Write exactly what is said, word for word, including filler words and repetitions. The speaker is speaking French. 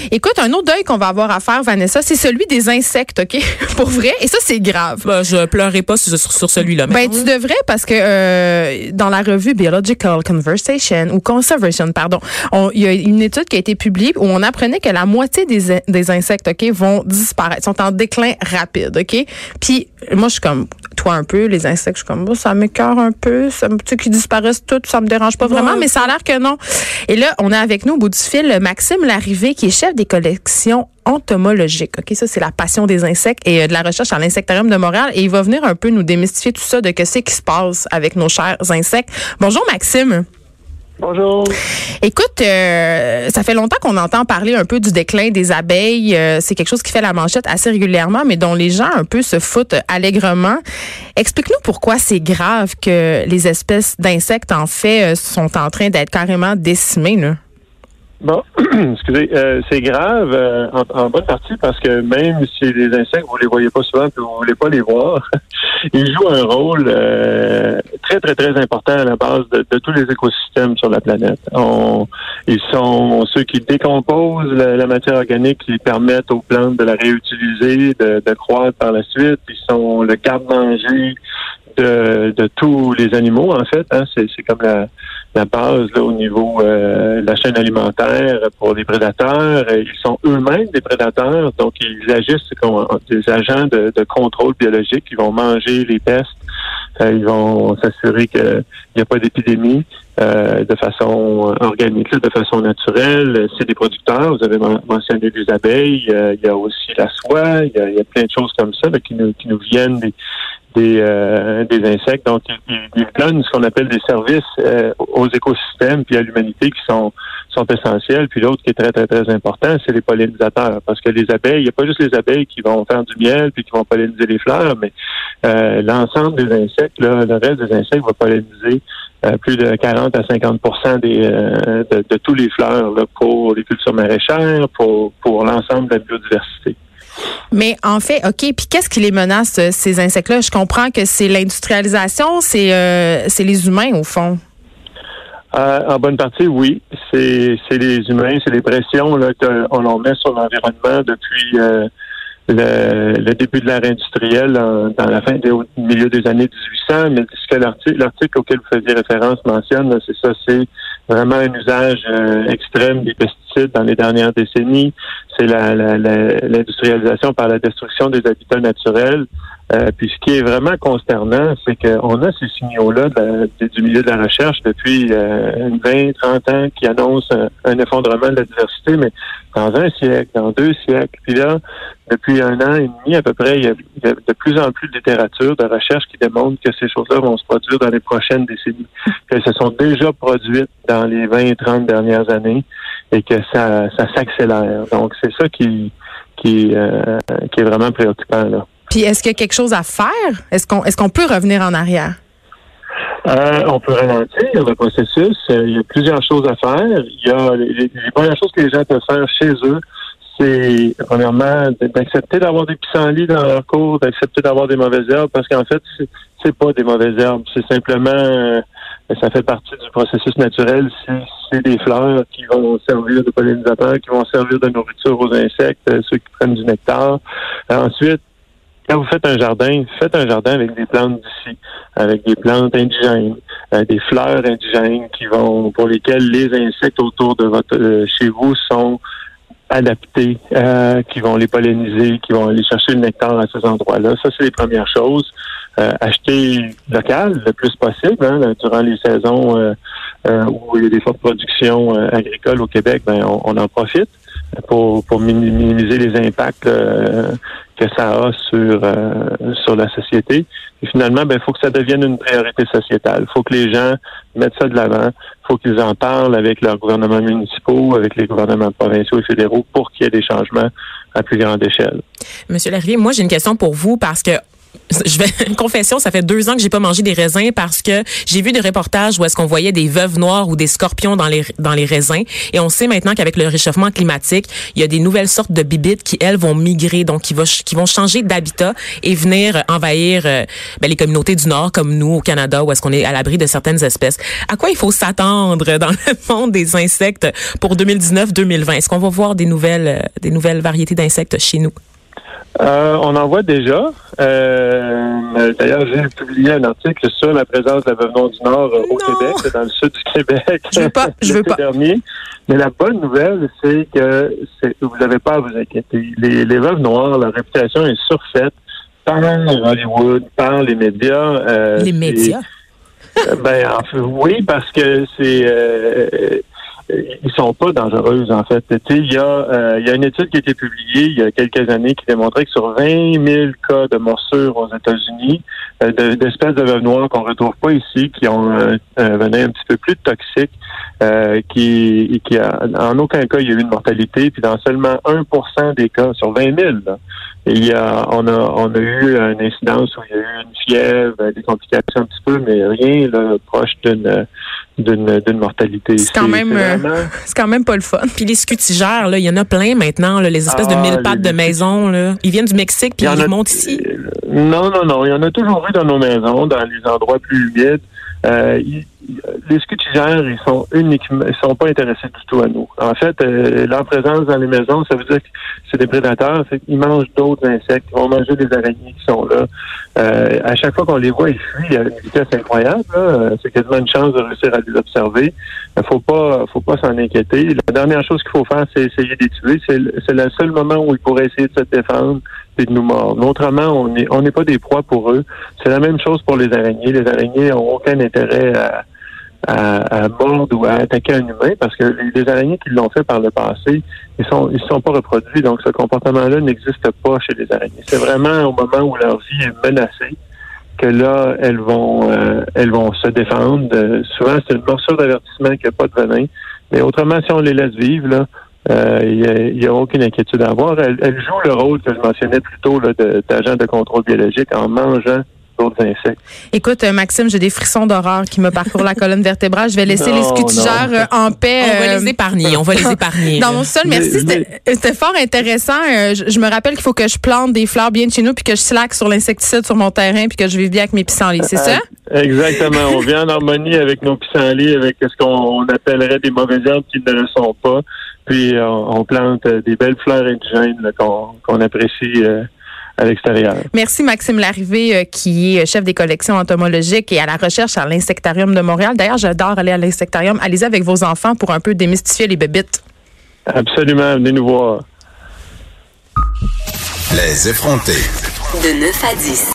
Écoute, un autre deuil qu'on va avoir à faire, Vanessa, c'est celui des insectes, OK? Pour vrai. Et ça, c'est grave. Ben, je pleurerai pas sur, sur celui-là. Ben, tu devrais parce que euh, dans la revue Biological Conversation ou Conservation, pardon, il y a une étude qui a été publiée où on apprenait que la moitié des, des insectes, OK, vont disparaître, sont en déclin rapide, OK? Puis moi, je suis comme toi un peu, les insectes, je suis comme, oh, ça m'écoeure un peu, ça, tu sais, qu'ils disparaissent tous, ça me dérange pas vraiment, ouais. Mais ça a l'air que non. Et là, on a avec nous au bout du fil Maxime Larrivée, qui est chef des collections entomologiques. OK, ça, c'est la passion des insectes et euh, de la recherche à l'Insectarium de Montréal. Et il va venir un peu nous démystifier tout ça de qu'est-ce qui se passe avec nos chers insectes. Bonjour, Maxime. Bonjour. Écoute, euh, ça fait longtemps qu'on entend parler un peu du déclin des abeilles. Euh, c'est quelque chose qui fait la manchette assez régulièrement, mais dont les gens un peu se foutent allègrement. Explique-nous pourquoi c'est grave que les espèces d'insectes, en fait, sont en train d'être carrément décimées, là. Bon, excusez, euh, c'est grave euh, en, en bonne partie parce que même si les insectes, vous les voyez pas souvent, puis vous voulez pas les voir, ils jouent un rôle euh, très, très, très important à la base de, de tous les écosystèmes sur la planète. On, ils sont ceux qui décomposent la, la matière organique, qui permettent aux plantes de la réutiliser, de, de croître par la suite. Ils sont le garde-manger de, de tous les animaux, en fait. Hein. C'est, c'est comme la, la base là, au niveau euh, de la chaîne alimentaire pour les prédateurs. Ils sont eux-mêmes des prédateurs, donc ils agissent comme des agents de, de contrôle biologique. Ils vont manger les pestes. Euh, ils vont s'assurer qu'il n'y a pas d'épidémie euh, de façon organique, là, de façon naturelle. C'est des producteurs. Vous avez mentionné les abeilles. Euh, il y a aussi la soie. Il y a, il y a plein de choses comme ça là, qui nous qui nous viennent des des, euh, des insectes. Donc, ils, ils donnent ce qu'on appelle des services euh, aux écosystèmes puis à l'humanité qui sont sont essentiels. Puis l'autre qui est très, très, très important, c'est les pollinisateurs. Parce que les abeilles, il n'y a pas juste les abeilles qui vont faire du miel puis qui vont polliniser les fleurs, mais euh, l'ensemble des insectes, là, le reste des insectes va polliniser euh, plus de quarante à cinquante pour cent des, euh, de, de tous les fleurs là, pour les cultures maraîchères, pour, pour l'ensemble de la biodiversité. Mais en fait, OK, puis qu'est-ce qui les menace, ces insectes-là? Je comprends que c'est l'industrialisation, c'est euh, c'est les humains, au fond. Euh, en bonne partie, oui. C'est c'est les humains, c'est les pressions là, qu'on en met sur l'environnement depuis euh, le, le début de l'ère industrielle en, dans la fin des au milieu des années dix-huit cents. Mais ce que l'article, l'article auquel vous faisiez référence mentionne, là, c'est ça, c'est vraiment un usage euh, extrême des pesticides dans les dernières décennies. C'est la, la, la, l'industrialisation par la destruction des habitats naturels. Euh, puis ce qui est vraiment consternant, c'est qu'on a ces signaux-là de la, du milieu de la recherche depuis euh, vingt, trente ans qui annoncent un, un effondrement de la diversité, mais dans un siècle, dans deux siècles. Puis là, depuis un an et demi à peu près, il y a, il y a de plus en plus de littérature, de recherche qui démontre que ces choses-là vont se produire dans les prochaines décennies, qu'elles se sont déjà produites dans les vingt, trente dernières années et que ça, ça s'accélère. Donc, c'est ça qui, qui, euh, qui est vraiment préoccupant, là. Puis est-ce qu'il y a quelque chose à faire? Est-ce qu'on est-ce qu'on peut revenir en arrière? Euh, on peut ralentir le processus. Il y a plusieurs choses à faire. Il y a les, les premières choses que les gens peuvent faire chez eux, c'est premièrement d'accepter d'avoir des pissenlits dans leur cours, d'accepter d'avoir des mauvaises herbes, parce qu'en fait, c'est, c'est pas des mauvaises herbes. C'est simplement euh, ça fait partie du processus naturel. C'est, c'est des fleurs qui vont servir de pollinisateurs, qui vont servir de nourriture aux insectes, ceux qui prennent du nectar. Euh, ensuite, quand vous faites un jardin, faites un jardin avec des plantes d'ici, avec des plantes indigènes, euh, des fleurs indigènes qui vont, pour lesquelles les insectes autour de votre, euh, chez vous sont adaptés, euh, qui vont les polliniser, qui vont aller chercher le nectar à ces endroits-là. Ça, c'est les premières choses. Euh, acheter local le plus possible, hein, durant les saisons euh, euh, où il y a des fortes productions euh, agricoles au Québec, ben on, on en profite pour, pour minimiser les impacts euh, que ça a sur euh, sur la société. Et finalement, ben il faut que ça devienne une priorité sociétale. Il faut que les gens mettent ça de l'avant. Il faut qu'ils en parlent avec leurs gouvernements municipaux, avec les gouvernements provinciaux et fédéraux pour qu'il y ait des changements à plus grande échelle. Monsieur Larrivée, moi j'ai une question pour vous parce que Je vais confession, ça fait deux ans que j'ai pas mangé des raisins parce que j'ai vu des reportages où est-ce qu'on voyait des veuves noires ou des scorpions dans les dans les raisins, et on sait maintenant qu'avec le réchauffement climatique, il y a des nouvelles sortes de bibites qui elles vont migrer, donc qui va qui vont changer d'habitat et venir envahir euh, ben, les communautés du Nord comme nous au Canada où est-ce qu'on est à l'abri de certaines espèces. À quoi il faut s'attendre dans le monde des insectes pour deux mille dix-neuf deux mille vingt? Est-ce qu'on va voir des nouvelles euh, des nouvelles variétés d'insectes chez nous? Euh, on en voit déjà. Euh, d'ailleurs, j'ai publié un article sur la présence de la veuve noire du Nord euh, au Non. Québec, dans le sud du Québec. Je veux pas, je veux l'été pas. dernier. Mais la bonne nouvelle, c'est que c'est, vous n'avez pas à vous inquiéter. Les, les veuves noires, leur réputation est surfaite par Hollywood, par les médias. Euh, Les médias? Euh, ben, en fait, oui, parce que c'est... Euh, ils sont pas dangereuses, en fait. Tu sais, il y a, euh, il y a une étude qui a été publiée il y a quelques années qui démontrait que sur vingt mille cas de morsures aux États-Unis, euh, de, d'espèces de veuves noires qu'on retrouve pas ici, qui ont un, un venin un petit peu plus toxique, euh, qui, qui a, en aucun cas il y a eu une mortalité, puis dans seulement un pour cent des cas, sur vingt mille, là, il y a, on a, on a eu une incidence où il y a eu une fièvre, des complications un petit peu, mais rien là, proche d'une, d'une, d'une mortalité. C'est quand C'est- même, c'est euh, vraiment- c'est quand même pas le fun. Puis les scutigères, là, il y en a plein maintenant, là, les espèces Ah, de mille pattes les- de maison, là. Ils viennent du Mexique puis Il y en ils a- montent ici. euh, Non, non, non. Il y en a toujours eu dans nos maisons, dans les endroits plus humides. Euh, ils- les scutigères, ils sont uniquement, ils sont pas intéressés du tout à nous. En fait, euh, leur présence dans les maisons, ça veut dire que c'est des prédateurs, c'est qu'ils mangent d'autres insectes, ils vont manger des araignées qui sont là. Euh, à chaque fois qu'on les voit, ils fuient à une vitesse incroyable. Là. Euh, C'est quasiment une chance de réussir à les observer. Il faut pas, faut pas s'en inquiéter. La dernière chose qu'il faut faire, c'est essayer de les tuer. C'est, le- c'est le seul moment où ils pourraient essayer de se défendre et de nous mordre. Mais autrement, on n'est on n'est pas des proies pour eux. C'est la même chose pour les araignées. Les araignées n'ont aucun intérêt à, à, à mordre ou à attaquer un humain parce que les, les araignées qui l'ont fait par le passé, ils sont ils se sont pas reproduits. Donc, ce comportement-là n'existe pas chez les araignées. C'est vraiment au moment où leur vie est menacée que là, elles vont euh, elles vont se défendre. Euh, souvent, c'est une morsure d'avertissement qu'il n'y a pas de venin. Mais autrement, si on les laisse vivre, là, euh, il n'y a, a aucune inquiétude à avoir. Elles, elles jouent le rôle que je mentionnais plus tôt là, de, d'agent de contrôle biologique en mangeant d'autres insectes. Écoute, euh, Maxime, j'ai des frissons d'horreur qui me parcourent la colonne vertébrale. Je vais laisser Non, les scutigères non. euh, en paix. On va euh, les épargner, on va les épargner. Dans là. mon sol, Mais- merci. C'était c'était fort intéressant. Euh, je, je me rappelle qu'il faut que je plante des fleurs bien de chez nous puis que je slack sur l'insecticide sur mon terrain puis que je vive bien avec mes pissenlits. C'est ça? Exactement. On vit en harmonie avec nos pissenlits, avec ce qu'on appellerait des mauvaises herbes qui ne le sont pas. Puis on, on plante euh, des belles fleurs indigènes là, qu'on, qu'on apprécie euh, à l'extérieur. Merci Maxime Larrivée, euh, qui est chef des collections entomologiques et à la recherche à l'Insectarium de Montréal. D'ailleurs, j'adore aller à l'Insectarium. Allez-y avec vos enfants pour un peu démystifier les bébites. Absolument. Venez nous voir. Les effrontés. De neuf à dix.